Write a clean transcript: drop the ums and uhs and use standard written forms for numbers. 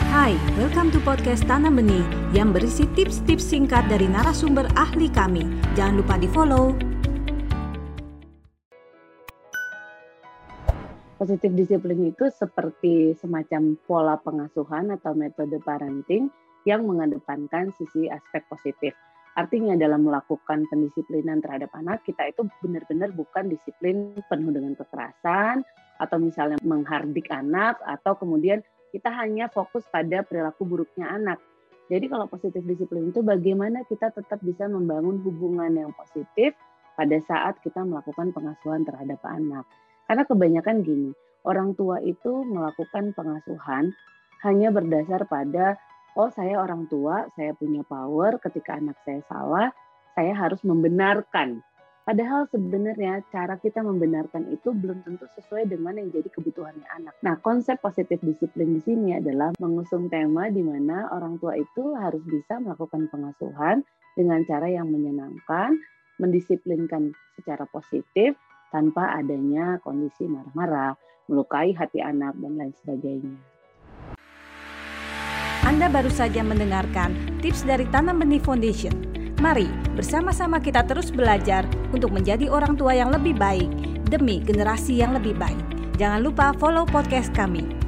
Hai, welcome to podcast Tanam Benih yang berisi tips-tips singkat dari narasumber ahli kami. Jangan lupa di-follow. Positif disiplin itu seperti semacam pola pengasuhan atau metode parenting yang mengedepankan sisi aspek positif. Artinya dalam melakukan pendisiplinan terhadap anak, kita itu benar-benar bukan disiplin penuh dengan kekerasan atau misalnya menghardik anak atau kemudian kita hanya fokus pada perilaku buruknya anak. Jadi kalau positif disiplin itu bagaimana kita tetap bisa membangun hubungan yang positif pada saat kita melakukan pengasuhan terhadap anak. Karena kebanyakan gini, orang tua itu melakukan pengasuhan hanya berdasar pada, oh saya orang tua, saya punya power, ketika anak saya salah, saya harus membenarkan. Padahal sebenarnya cara kita membenarkan itu belum tentu sesuai dengan yang jadi kebutuhannya anak. Nah, konsep positif disiplin di sini adalah mengusung tema di mana orang tua itu harus bisa melakukan pengasuhan dengan cara yang menyenangkan, mendisiplinkan secara positif, tanpa adanya kondisi marah-marah, melukai hati anak, dan lain sebagainya. Anda baru saja mendengarkan tips dari Tanam Benih Foundation. Mari bersama-sama kita terus belajar untuk menjadi orang tua yang lebih baik demi generasi yang lebih baik. Jangan lupa follow podcast kami.